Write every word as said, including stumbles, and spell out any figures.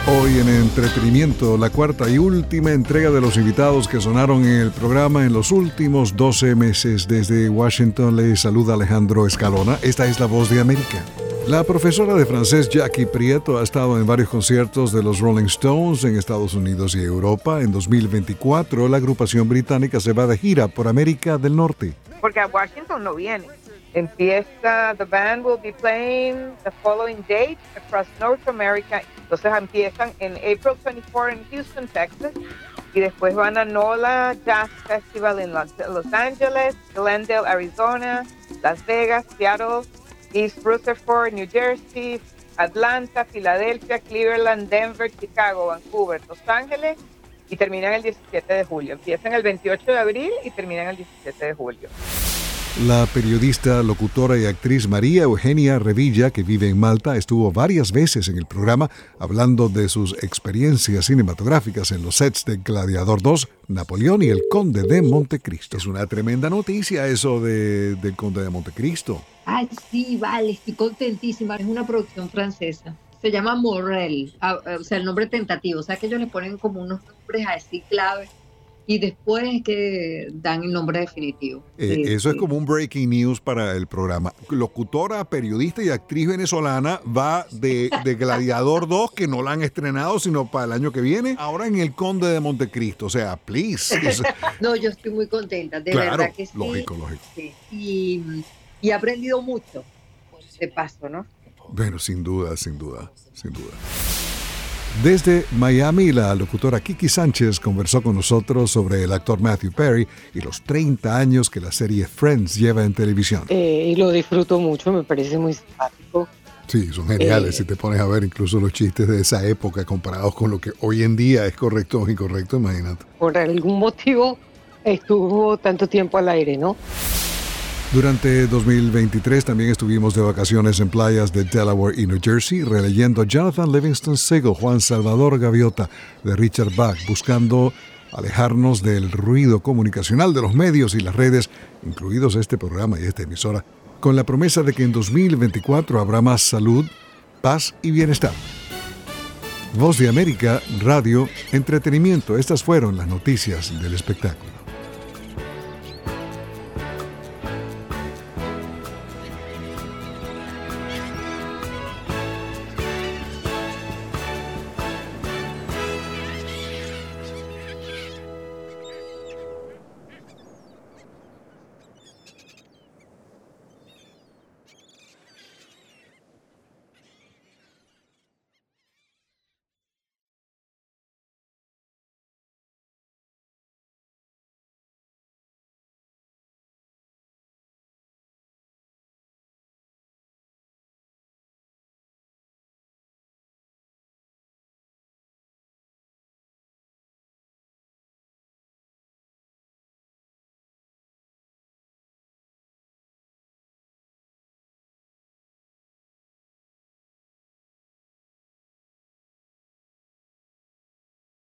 Hoy en entretenimiento, la cuarta y última entrega de los invitados que sonaron en el programa en los últimos doce meses. Desde Washington le saluda Alejandro Escalona. Esta es La Voz de América. La profesora de francés Jackie Prieto ha estado en varios conciertos de los Rolling Stones en Estados Unidos y Europa. En dos mil veinticuatro, la agrupación británica se va de gira por América del Norte. Porque a Washington no viene. Empieza, the band will be playing the following date across North America. Entonces empiezan en April twenty-fourth en Houston, Texas. Y después van a NOLA Jazz Festival en Los, Los Angeles, Glendale, Arizona, Las Vegas, Seattle, East Rutherford, New Jersey, Atlanta, Filadelfia, Cleveland, Denver, Chicago, Vancouver, Los Ángeles. Y terminan el diecisiete de julio. Empiezan el veintiocho de abril y terminan el diecisiete de julio. La periodista, locutora y actriz María Eugenia Revilla, que vive en Malta, estuvo varias veces en el programa hablando de sus experiencias cinematográficas en los sets de Gladiador dos, Napoleón y El Conde de Montecristo. Es una tremenda noticia eso de, del Conde de Montecristo. Ay, sí, vale, estoy contentísima. Es una producción francesa. Se llama Morel, o sea, el nombre tentativo. O sea, que ellos le ponen como unos nombres así clave. Y después que dan el nombre definitivo. Eh, sí, eso sí. Es como un breaking news para el programa. Locutora, periodista y actriz venezolana va de, de Gladiador dos, que no la han estrenado sino para el año que viene, ahora en El Conde de Montecristo. O sea, please. No, yo estoy muy contenta, de claro, verdad que sí. Lógico, lógico. Sí. Y, y he aprendido mucho de paso, ¿no? Bueno, sin duda, sin duda, sin duda. Desde Miami, la locutora Kiki Sánchez conversó con nosotros sobre el actor Matthew Perry y los treinta años que la serie Friends lleva en televisión. Eh, y lo disfruto mucho, me parece muy simpático. Sí, son geniales, Eh, si te pones a ver incluso los chistes de esa época comparados con lo que hoy en día es correcto o incorrecto, imagínate. Por algún motivo estuvo tanto tiempo al aire, ¿no? Durante dos mil veintitrés también estuvimos de vacaciones en playas de Delaware y New Jersey, releyendo Jonathan Livingston Seagull, Juan Salvador Gaviota, de Richard Bach, buscando alejarnos del ruido comunicacional de los medios y las redes, incluidos este programa y esta emisora, con la promesa de que en dos mil veinticuatro habrá más salud, paz y bienestar. Voz de América, radio, entretenimiento, estas fueron las noticias del espectáculo.